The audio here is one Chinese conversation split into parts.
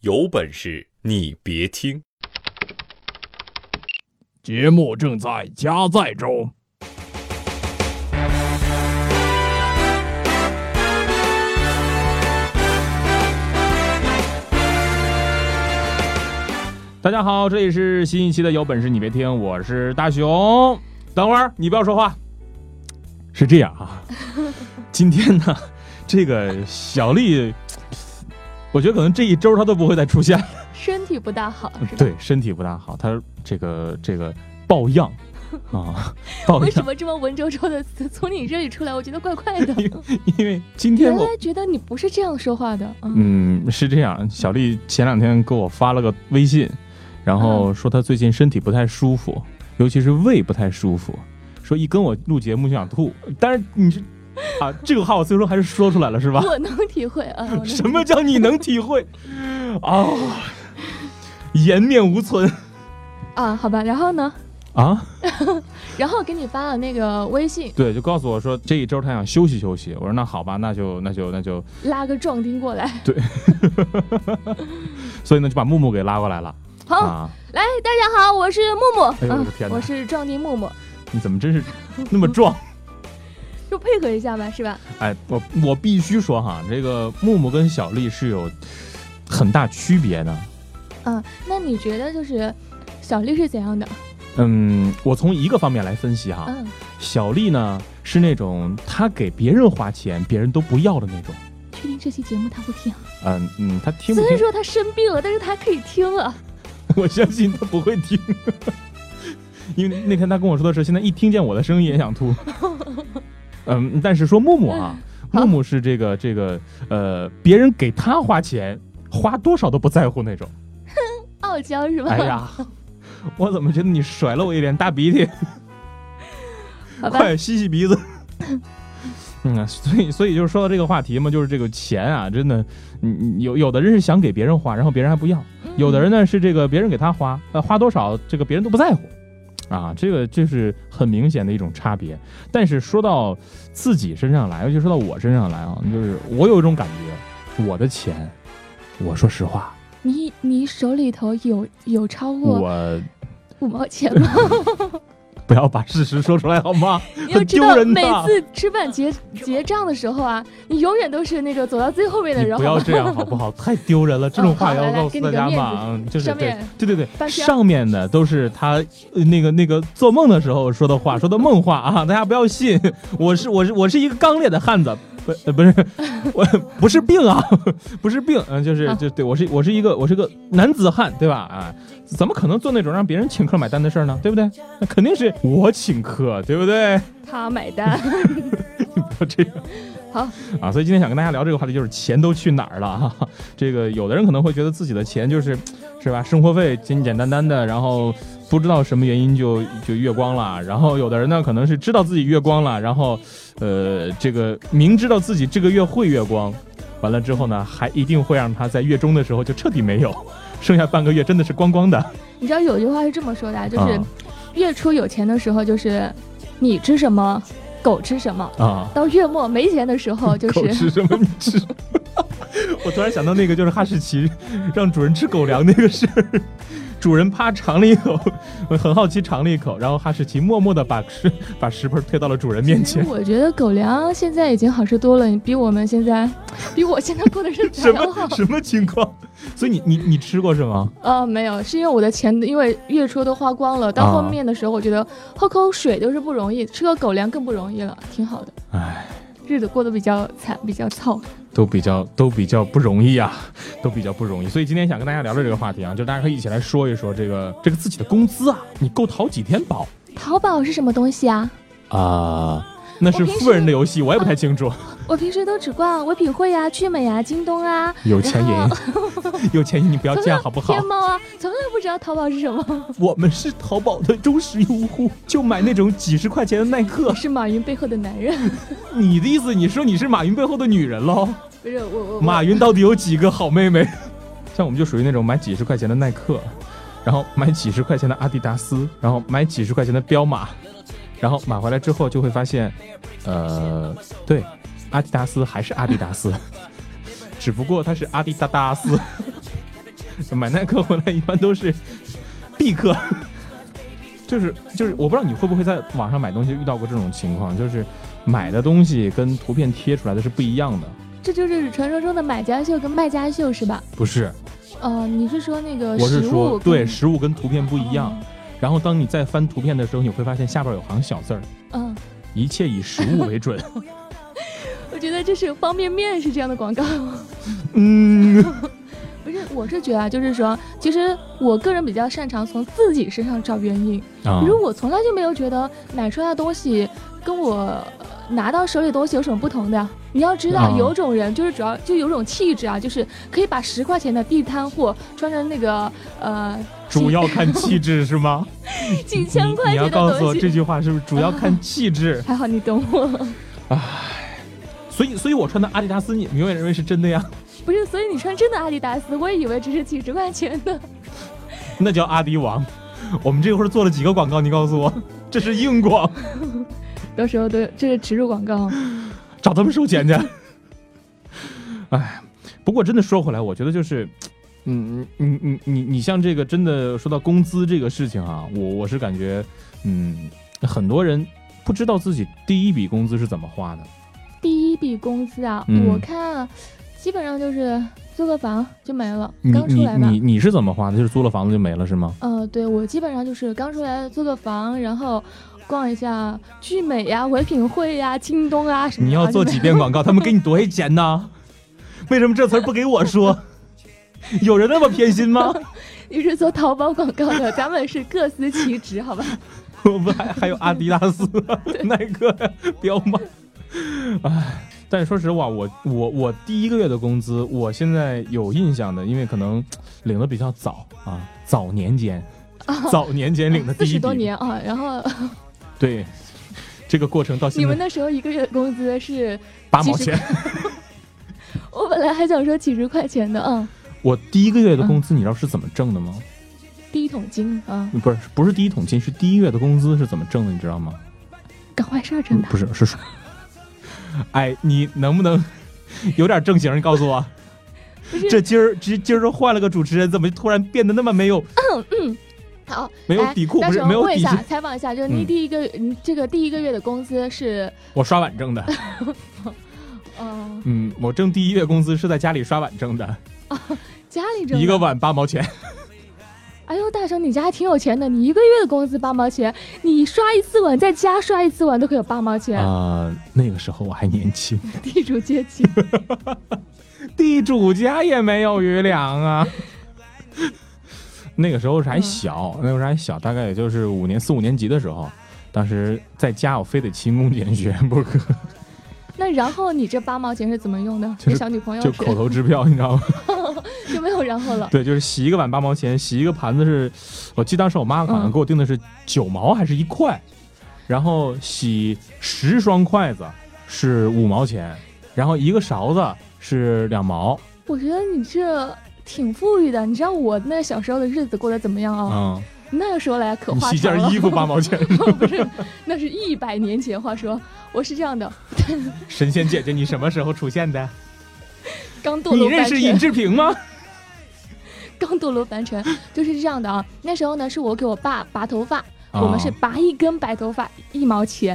有本事你别听。 节目正在加载中。大家好，这里是新一期的有本事你别听，我是大熊。等会儿你不要说话。是这样啊，今天呢，这个小丽，我觉得可能这一周她都不会再出现了， 身体不大好，是吧？ 对，身体不大好，她这个抱恙啊，抱恙。 为什么这么文绉绉的词从你这里出来？我觉得怪怪的。 因为今天我原来觉得你不是这样说话的。 是这样。小丽前两天给我发了个微信，然后说她最近身体不太舒服，尤其是胃不太舒服，说一跟我录节目就想吐。但是你是啊，这个话我最终还是说出来了，是吧？ 我能体会啊。 什么叫你能体会啊？颜面无存啊，好吧，然后呢？ 啊， 然后给你发了那个微信， 对，就告诉我说这一周他想休息休息。我说那好吧，那就拉个壮丁过来。 对，所以呢就把木木给拉过来了。 好，来，大家好，我是木木。 哎呦我的天哪， 我是壮丁木木。 你怎么真是那么壮？ 就配合一下吧，是吧？ 哎，我必须说哈，这个木木跟小丽是有很大区别的。 那你觉得就是小丽是怎样的？ 我从一个方面来分析哈。小丽呢是那种她给别人花钱别人都不要的那种。 确定这期节目她不听？ 她听不听？ 虽然说她生病了，但是她可以听啊。 我相信她不会听。因为那天她跟我说的是，现在一听见我的声音也想吐。但是说木木啊，木木是这个别人给他花钱，花多少都不在乎那种。 傲娇是吧？ 哎呀，我怎么觉得你甩了我一脸大鼻涕？快吸吸鼻子。所以就是说到这个话题嘛，就是这个钱啊，真的，有的人是想给别人花，然后别人还不要；有的人呢是这个别人给他花，花多少这个别人都不在乎。啊，这个就是很明显的一种差别。但是说到自己身上来，尤其说到我身上来啊，就是我有一种感觉，我的钱，我说实话， 你手里头有超过我 5毛钱吗？ 不要把事实说出来好吗？ 你要知道，每次吃饭结账的时候啊，你永远都是那个走到最后面的人。 不要这样好不好？太丢人了，这种话也要告诉大家嘛。就是对，上面的都是他那个做梦的时候说的话，说的梦话啊，大家不要信。我是一个刚烈的汉子。我不是病啊，不是病，对，我是一个男子汉，对吧？啊，怎么可能做那种让别人请客买单的事呢？对不对？那肯定是我请客，对不对？ 他买单。 你不要这样。 好啊，所以今天想跟大家聊这个话题，就是钱都去哪儿了啊？这个有的人可能会觉得自己的钱是吧，生活费简简单单的，然后不知道什么原因就月光了。然后有的人呢，可能是知道自己月光了，然后这个明知道自己这个月会月光，完了之后呢，还一定会让他在月中的时候就彻底没有，剩下半个月真的是光光的。 你知道有句话是这么说的，就是月初有钱的时候就是你吃什么狗吃什么啊，到月末没钱的时候就是狗吃什么你吃。我突然想到那个就是哈士奇让主人吃狗粮那个事儿，主人啪尝了一口，很好奇尝了一口，然后哈士奇默默的把食盆推到了主人面前。 我觉得狗粮现在已经好吃多了，比我现在过的日子还要好。 什么情况？所以你吃过是吗？ 没有，是因为我的钱因为月初都花光了，到后面的时候我觉得喝口水都是不容易，吃个狗粮更不容易了，挺好的。 唉， 日子过得比较惨，比较糙， 都比较不容易啊，都比较不容易。所以今天想跟大家聊聊这个话题啊，就大家可以一起来说一说这个自己的工资啊，你够淘几天宝？ 淘宝是什么东西啊？ 那是富人的游戏，我也不太清楚。 我平时都只逛唯品会啊、趣美啊、京东啊。 有钱人，有钱人，你不要这样好不好？ 天猫啊，从来不知道淘宝是什么。 我们是淘宝的忠实用户，就买那种几十块钱的耐克。 我是马云背后的男人。 你的意思，你说你是马云背后的女人喽？ 不是我。 马云到底有几个好妹妹？像我们就属于那种买几十块钱的耐克，然后买几十块钱的阿迪达斯，然后买几十块钱的彪马。然后买回来之后就会发现，对，阿迪达斯还是阿迪达斯，只不过它是阿迪达达斯。 买耐克回来一般都是 B 克。就是我不知道你会不会在网上买东西遇到过这种情况，就是买的东西跟图片贴出来的是不一样的。 这就是传说中的买家秀跟卖家秀是吧？ 不是， 你是说那个我是说对，实物跟图片不一样。然后当你再翻图片的时候，你会发现下边有行小字儿，一切以实物为准。 我觉得这是方便面是这样的广告。不是，我是觉得就是说，其实我个人比较擅长从自己身上找原因。比如我从来就没有觉得买出来的东西跟我拿到手里的东西有什么不同的。你要知道，有种人就是主要就有种气质啊，就是可以把10块钱的地摊货穿成那个主要看气质是吗？ 几千块钱的东西。 你要告诉我这句话是不是主要看气质？ 还好你懂我。 所以我穿的阿迪达斯，你永远认为是真的呀？ 不是，所以你穿真的阿迪达斯，我也以为只是几10块钱的。 那叫阿迪王。我们这会儿做了几个广告？你告诉我，这是硬广。 到时候这是植入广告， 找他们收钱去。不过真的说回来，我觉得就是，你像这个真的说到工资这个事情啊，我是感觉，很多人不知道自己第一笔工资是怎么花的。 第一笔工资啊，我看基本上就是租个房就没了。刚出来吧。 你是怎么花的？就是租了房子就没了是吗？ 对，我基本上就是刚出来租个房，然后逛一下聚美呀、唯品会呀、京东啊什么的。 你要做几遍广告，他们给你多少钱呢？为什么这词儿不给我说？有人那么偏心吗？ 你是做淘宝广告的，咱们是各司其职，好吧？ 我们还有阿迪达斯、耐克、彪马。但是说实话，我第一个月的工资，我现在有印象的，因为可能领的比较早啊，早年间领的第一笔，40 多年啊，然后对这个过程到现在， 你们那时候一个月的工资是 8毛钱。 我本来还想说几10块钱的。 我第一个月的工资，你知道是怎么挣的吗？ 第一桶金啊， 不是第一桶金，是第一个月的工资是怎么挣的，你知道吗？ 干坏事挣的。 不是，是。你能不能有点正形？你告诉我，这今儿换了个主持人，怎么突然变得那么没有？ 好， 没有底裤，不是没有底气。 采访一下，就是你第一个月的工资是？ 我刷碗挣的。我挣第一月工资是在家里刷碗挣的。 家里挣的。 一个碗8毛钱。 哎呦，大成，你家还挺有钱的，你一个月的工资8毛钱，你刷一次碗，在家刷一次碗都可以有8毛钱。 那个时候我还年轻。 地主阶级。 地主家也没有余粮啊。那个时候还小，大概也就是4、5年级的时候，当时在家我非得勤工俭学不可。 那然后你这8毛钱是怎么用的？给小女朋友就口头支票，你知道吗？ 就没有然后了。 对，就是洗一个碗8毛钱，洗一个盘子是，我记得当时我妈好像给我定的是9毛还是1块，然后洗10双筷子是5毛钱，然后一个勺子是2毛。我觉得你这挺富裕的，你知道我那小时候的日子过得怎么样啊？那个时候来可话长了。 洗件衣服8毛钱。 不是，那是100年前。话说我是这样的。 神仙姐姐，你什么时候出现的？ 刚堕落。 你认识尹志平吗？ 刚堕落凡尘，就是这样的啊。那时候呢，是我给我爸拔头发，我们是拔一根白头发1毛钱。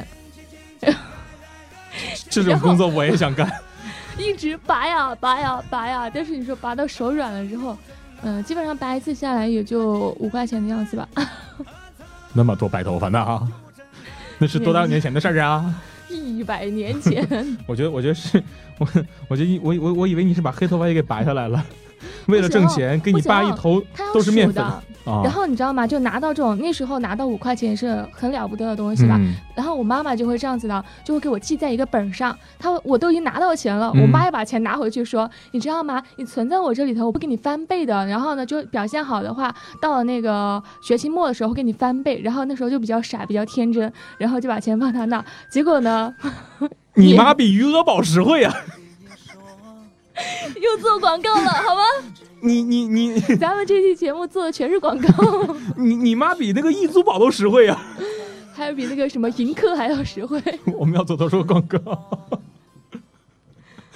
这种工作我也想干。 一直拔呀，但是你说拔到手软了之后，基本上拔一次下来也就5块钱的样子吧。 那么多白头发呢啊？那是多大年前的事儿啊 ？100年前。 我觉得是，我以为你是把黑头发也给拔下来了。为了挣钱，给你爸一头都是面粉。 然后你知道吗？就拿到这种那时候拿到5块钱是很了不得的东西吧。然后我妈妈就会这样子的，就会给我记在一个本上。我都已经拿到钱了，我妈也把钱拿回去说，你知道吗？你存在我这里头，我不给你翻倍的。然后呢，就表现好的话，到了那个学期末的时候会给你翻倍。然后那时候就比较傻，比较天真，然后就把钱放他那。结果呢， 你妈比余额宝实惠啊！ 又做广告了，好吗？ 你， 咱们这期节目做的全是广告。 你妈比那个易租宝都实惠啊， 还有比那个什么盈科还要实惠。 我们要做多少广告？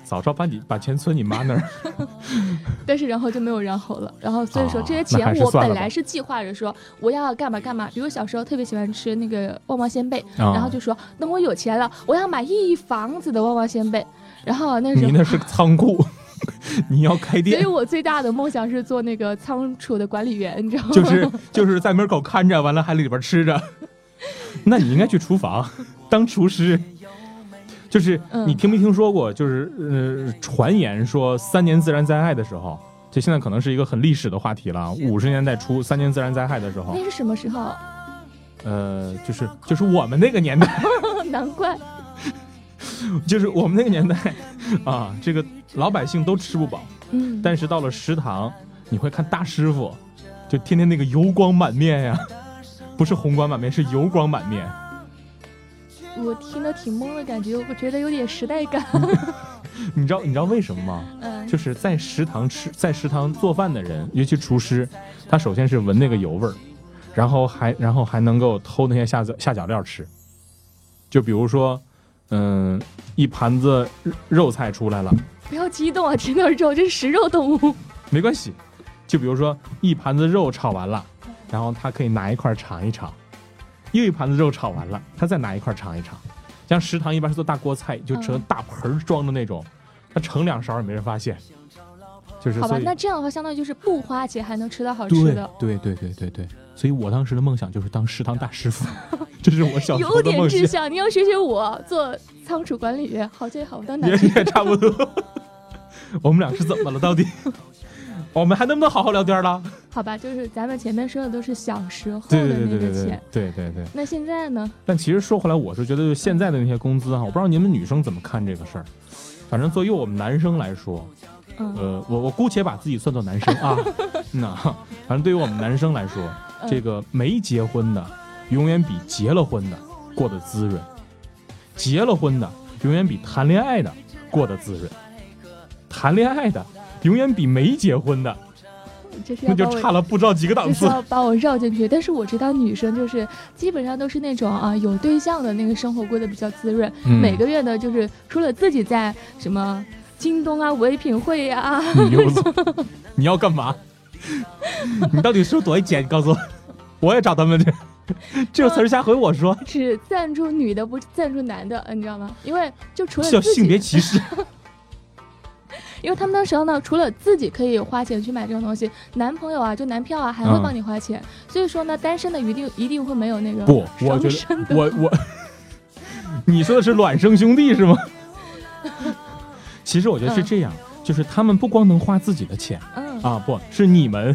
早知道把钱存你妈那儿。 但是然后就没有然后了，然后所以说这些钱我本来是计划着说我要干嘛干嘛，比如小时候特别喜欢吃那个旺旺仙贝，然后就说等我有钱了，我要买1房子的旺旺仙贝。然后那时候你那是仓库。你要开店， 所以我最大的梦想是做那个仓储的管理员，你知道吗？ 就是在门口看着，完了还里边吃着。那你应该去厨房当厨师。就是你听没听说过？就是传言说3年自然灾害的时候，这现在可能是一个很历史的话题了。50年代初3年自然灾害的时候， 那是什么时候？ 就是我们那个年代。 难怪。 就是我们那个年代啊，这个老百姓都吃不饱，但是到了食堂，你会看大师傅，就天天那个油光满面呀，不是红光满面，是油光满面。 我听得挺懵的感觉，我觉得有点时代感。 你知道为什么吗？就是在食堂做饭的人，尤其厨师，他首先是闻那个油味儿，然后还能够偷那些下脚料吃，就比如说。一盘子肉菜出来了， 不要激动啊！吃点肉，这是食肉动物。 没关系，就比如说一盘子肉炒完了，然后他可以拿一块尝一尝，又一盘子肉炒完了，他再拿一块尝一尝。像食堂一般是做大锅菜，就成大盆装的那种，他盛2勺也没人发现。就是好吧，那这样的话，相当于就是不花钱还能吃到好吃的。 对。所以我当时的梦想就是当食堂大师傅，这是我小时候的梦想。 有点志向，你要学我做仓储管理员。好，这好，当然也差不多。我们俩是怎么了？到底？我们还能不能好好聊天了？ 好吧，就是咱们前面说的都是小时候的那个钱。 对。 那现在呢？ 但其实说回来，我是觉得现在的那些工资我不知道你们女生怎么看这个事儿。反正作为我们男生来说。我姑且把自己算作男生啊，反正对于我们男生来说，这个没结婚的永远比结了婚的过得滋润，结了婚的永远比谈恋爱的过得滋润，谈恋爱的永远比没结婚的，那就差了不知道几个档次。 要把我绕进去，但是我知道女生就是基本上都是那种有对象的那个生活过得比较滋润，每个月的就是除了自己在什么。京东啊，唯品会呀， 你要干嘛？你到底是多少钱？你告诉我，我也找他们去。这个词儿下回我说。 只赞助女的，不赞助男的，你知道吗？因为就除了叫性别歧视。 因为他们那时候呢，除了自己可以花钱去买这种东西，男朋友啊，就男票啊，还会帮你花钱。所以说呢，单身的一定会没有那个不，我觉得我，你说的是孪生兄弟是吗？其实我觉得是这样，就是他们不光能花自己的钱，不是你们，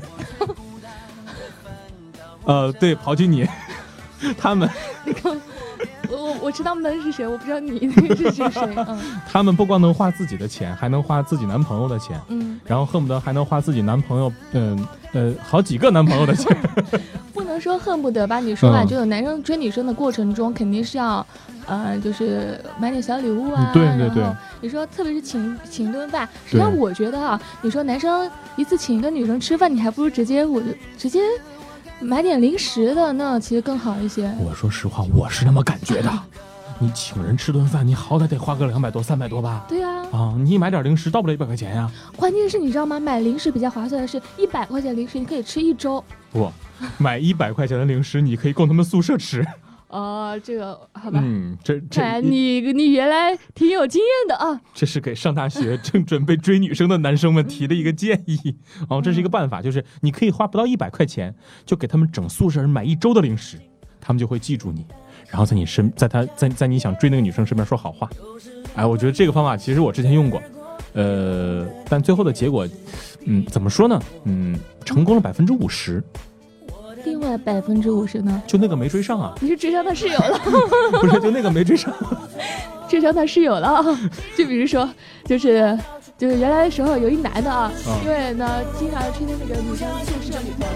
对，刨去你，他们， 我知道们是谁，我不知道你是谁。 他们不光能花自己的钱，还能花自己男朋友的钱，然后恨不得还能花自己男朋友，好几个男朋友的钱。 不能说恨不得吧，你说就有男生追女生的过程中，肯定是要。就是买点小礼物啊， 对。 你说特别是请顿饭，实际上我觉得你说男生一次请一个女生吃饭，你还不如直接买点零食的，那其实更好一些。 我说实话，我是那么感觉的。你请人吃顿饭，你好歹得花个200多300多吧？ 对呀。 你买点零食到不了100块钱呀。 关键是你知道吗？买零食比较划算的是100块钱零食，你可以吃1周。 不，买100块钱的零食，你可以供他们宿舍吃。 这个好吧， 这你原来挺有经验的啊。 这是给上大学正准备追女生的男生们提的一个建议这是一个办法，就是你可以花不到100块钱，就给他们整宿舍人买1周的零食，他们就会记住你，然后在你想追那个女生身边说好话。我觉得这个方法其实我之前用过，但最后的结果，怎么说呢？成功了50%。 另外50%呢？ 就那个没追上啊！ 你是追上他室友了？ 不是，就那个没追上， 追上他室友了。就比如说，就是原来的时候有一男的因为呢经常去那个女生宿舍里头。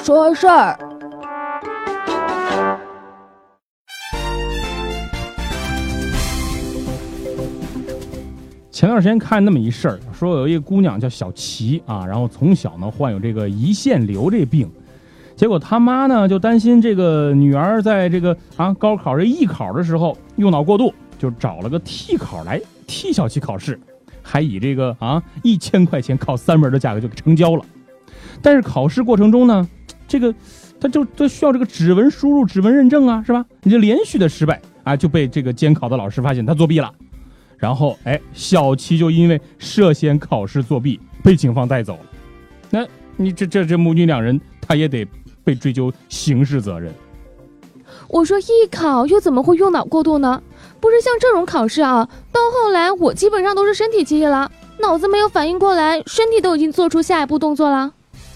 说事儿。 前段时间看那么一事儿，说有一个姑娘叫小琪啊，然后从小呢患有这个胰腺瘤这病，结果他妈呢就担心这个女儿在这个高考这艺考的时候用脑过度，就找了个替考来替小琪考试，还以这个1000块钱考3门的价格就给成交了。但是考试过程中呢，这个他就需要这个指纹输入、指纹认证啊，是吧？你就连续的失败啊，就被这个监考的老师发现他作弊了。然后小琪就因为涉嫌考试作弊被警方带走了。那你这母女两人，他也得被追究刑事责任。 我说艺考又怎么会用脑过度呢？不是像这种考试啊，到后来我基本上都是身体记忆了，脑子没有反应过来，身体都已经做出下一步动作了。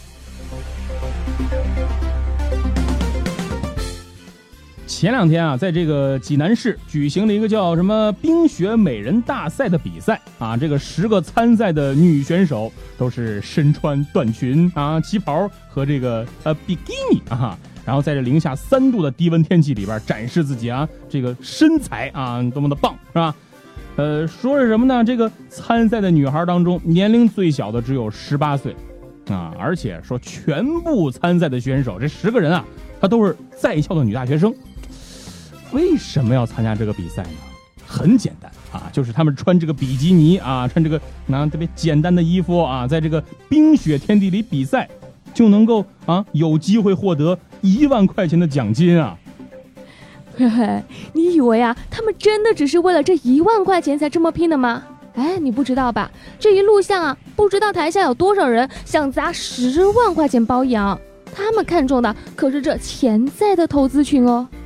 前两天啊，在这个济南市举行了一个叫什么冰雪美人大赛的比赛啊，这个10个参赛的女选手都是身穿短裙旗袍和这个比基尼然后在这零下3度的低温天气里边展示自己这个身材多么的棒，是吧？说是什么呢？这个参赛的女孩当中，年龄最小的只有18岁而且说全部参赛的选手这10个人她都是在校的女大学生。为什么要参加这个比赛呢？很简单就是他们穿这个比基尼穿这个特别简单的衣服在这个冰雪天地里比赛，就能够有机会获得1万块钱的奖金嘿嘿，你以为他们真的只是为了这1万块钱才这么拼的吗？你不知道吧？这一录像不知道台下有多少人想砸10万块钱包养，他们看中的可是这潜在的投资群哦。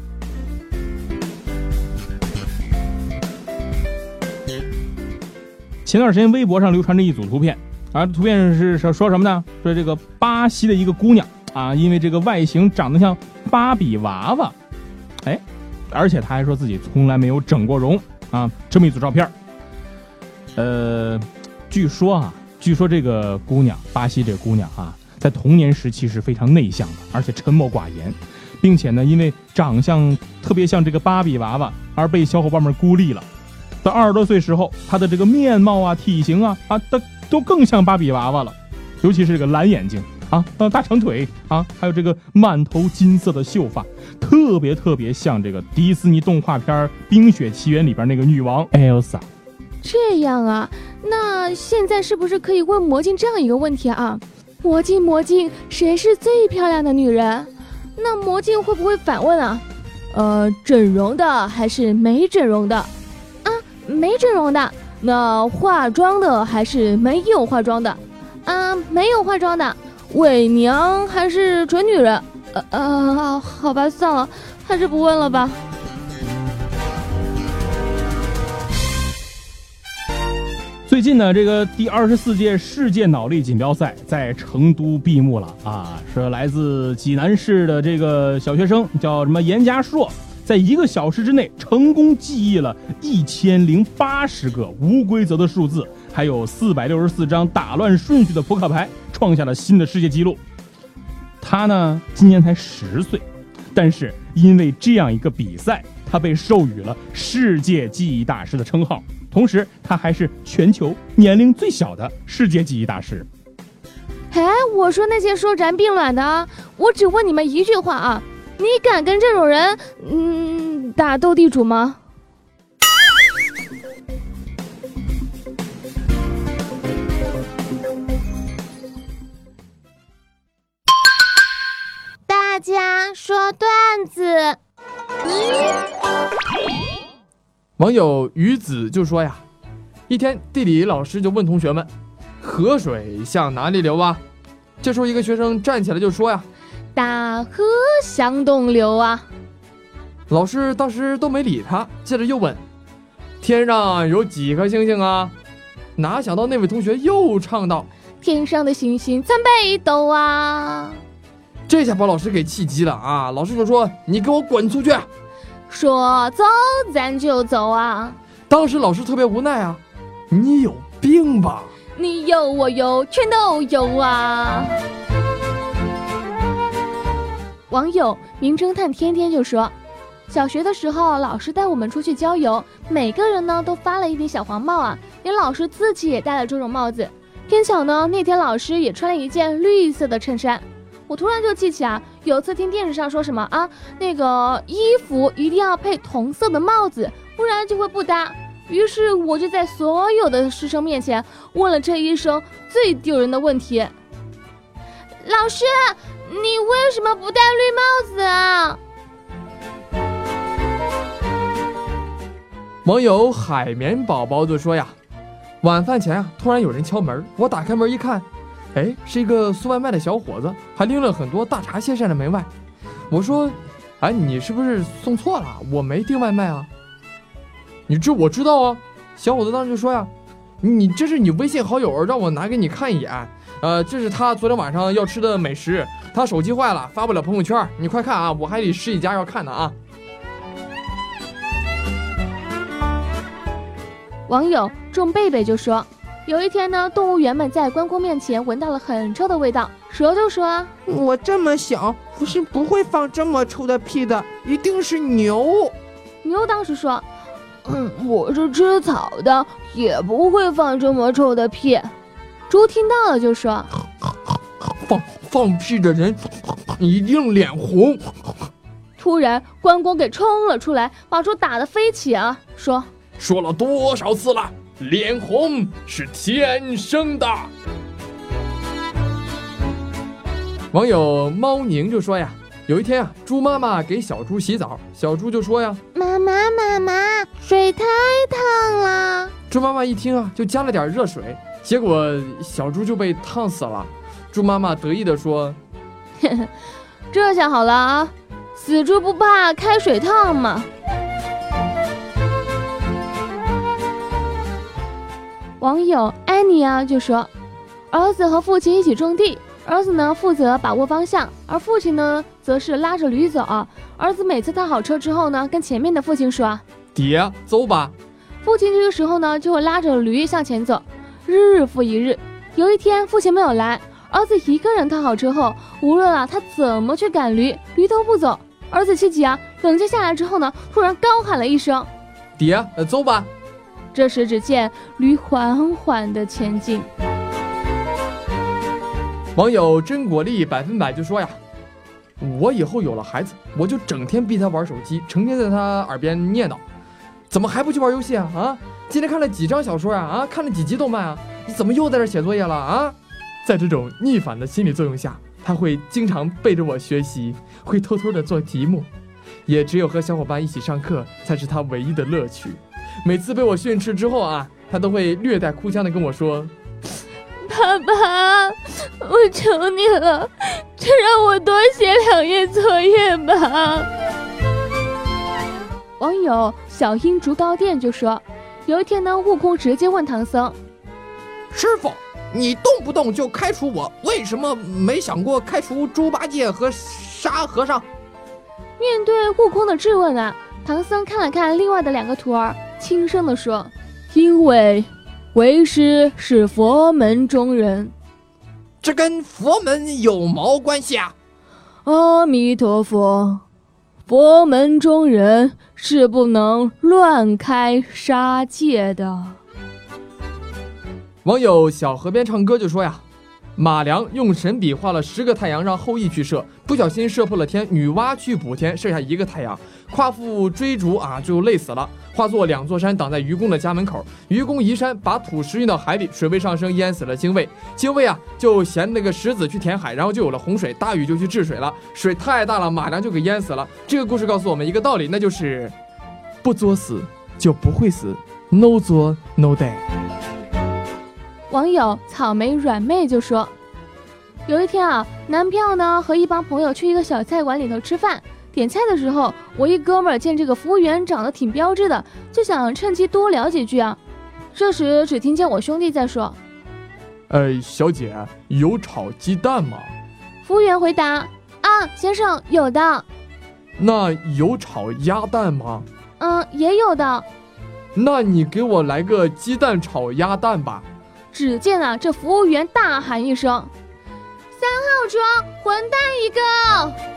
前段时间微博上流传着一组图片图片是说什么呢？说这个巴西的一个姑娘因为这个外形长得像芭比娃娃，而且她还说自己从来没有整过容这么一组照片。据说这个姑娘，巴西这个姑娘在童年时期是非常内向的，而且沉默寡言，并且呢，因为长相特别像这个芭比娃娃而被小伙伴们孤立了。到20多岁时候，她的这个面貌体型都更像芭比娃娃了，尤其是这个蓝眼睛大长腿还有这个满头金色的秀发，特别像这个迪士尼动画片《冰雪奇缘》里边那个女王 Elsa。 这样那现在是不是可以问魔镜这样一个问题魔镜，谁是最漂亮的女人？那魔镜会不会反问整容的还是没整容的？没整容的。那化妆的还是没有化妆的？没有化妆的。伪娘还是纯女人？好吧，算了，还是不问了吧。 最近呢，这个第24届世界脑力锦标赛在成都闭幕了是来自济南市的这个小学生叫什么严家硕，在1个小时之内成功记忆了1080个无规则的数字，还有464张打乱顺序的扑克牌，创下了新的世界纪录。他呢今年才10岁，但是因为这样一个比赛，他被授予了世界记忆大师的称号，同时他还是全球年龄最小的世界记忆大师。 我说那些说燃并卵的我只问你们一句话你敢跟这种人打斗地主吗？大家说段子。 网友鱼子就说一天地理老师就问同学们，河水向哪里流这时候一个学生站起来就说大河向东流老师当时都没理他，接着又问，天上有几颗星星哪想到那位同学又唱道， 天上的星星参北斗这下把老师给气急了老师就说，你给我滚出去。 说走咱就走当时老师特别无奈你有病吧？ 你有我有全都有网友名侦探天天就说，小学的时候老师带我们出去郊游，每个人呢都发了一顶小黄帽啊，连老师自己也戴了这种帽子。偏巧呢那天老师也穿了一件绿色的衬衫。我突然就记起啊，有次听电视上说什么啊，那个衣服一定要配同色的帽子，不然就会不搭。于是我就在所有的师生面前问了这一声最丢人的问题：老师，你为什么不戴绿帽子啊？ 网友海绵宝宝就说呀，晚饭前啊，突然有人敲门，我打开门一看，哎，是一个送外卖的小伙子，还拎了很多大闸蟹站在门外。我说，哎，你是不是送错了？我没订外卖啊。我知道啊。小伙子当时就说呀，这是你微信好友，让我拿给你看一眼。这是他昨天晚上要吃的美食，他手机坏了，发不了朋友圈，你快看啊，我还得试一家要看呢啊。 网友众贝贝就说，有一天呢，动物园们在关公面前闻到了很臭的味道，蛇就说， 我这么小，不会放这么臭的屁的，一定是牛。 牛当时说，我是吃草的，也不会放这么臭的屁。猪听到了就说， 放屁的人一定脸红。 突然关公给冲了出来，把猪打得飞起啊，说了多少次了，脸红是天生的。网友猫宁就说呀，有一天啊，猪妈妈给小猪洗澡，小猪就说呀， 妈妈，水太烫了。 猪妈妈一听啊，就加了点热水，结果小猪就被烫死了。猪妈妈得意地说， 这下好了啊，死猪不怕开水烫嘛。网友安妮啊就说，儿子和父亲一起种地，儿子呢负责把握方向，而父亲呢则是拉着驴走啊。儿子每次套好车之后呢，跟前面的父亲说， 爹走吧。 父亲这个时候呢就会拉着驴向前走，日复一日。有一天父亲没有来，儿子一个人套好车后，无论啊他怎么去赶驴，驴都不走。儿子气急啊，冷静下来之后呢，突然高喊了一声， 爹走吧。 这时只见驴缓缓地前进。 网友真果粒100%就说呀，我以后有了孩子，我就整天逼他玩手机，成天在他耳边念叨，怎么还不去玩游戏啊？今天看了几张小说啊？看了几集动漫啊？你怎么又在这写作业了啊？在这种逆反的心理作用下，他会经常背着我学习，会偷偷的做题目，也只有和小伙伴一起上课才是他唯一的乐趣。每次被我训斥之后啊，他都会略带哭腔的跟我说， 爸爸，我求你了，就让我多写2页作业吧。网友小鹰竹高店就说，有一天呢，悟空直接问唐僧， 师傅，你动不动就开除我，为什么没想过开除猪八戒和沙和尚？ 面对悟空的质问啊，唐僧看了看另外的2个徒儿，轻声地说，因为为师是佛门中人。 这跟佛门有毛关系啊？ 阿弥陀佛，佛门中人是不能乱开杀戒的。 网友小河边唱歌就说呀，马良用神笔画了10个太阳让后羿去射，不小心射破了天，女娲去补天，剩下1个太阳，夸父追逐啊，就累死了，化作2座山挡在愚公的家门口。愚公移山，把土石运到海里，水位上升，淹死了精卫。精卫啊就衔那个石子去填海，然后就有了洪水，大禹就去治水了，水太大了，马良就给淹死了。这个故事告诉我们一个道理，那就是不作死就不会死 ，no 作 no die。 网友草莓软妹就说，有一天啊，男票呢和一帮朋友去一个小菜馆里头吃饭，点菜的时候，我一哥们儿见这个服务员长得挺标致的，就想趁机多聊几句啊。这时只听见我兄弟在说， 小姐，有炒鸡蛋吗？ 服务员回答，啊，先生，有的。 那有炒鸭蛋吗？ 也有的。 那你给我来个鸡蛋炒鸭蛋吧。 只见啊，这服务员大喊一声，3号桌，混蛋一个！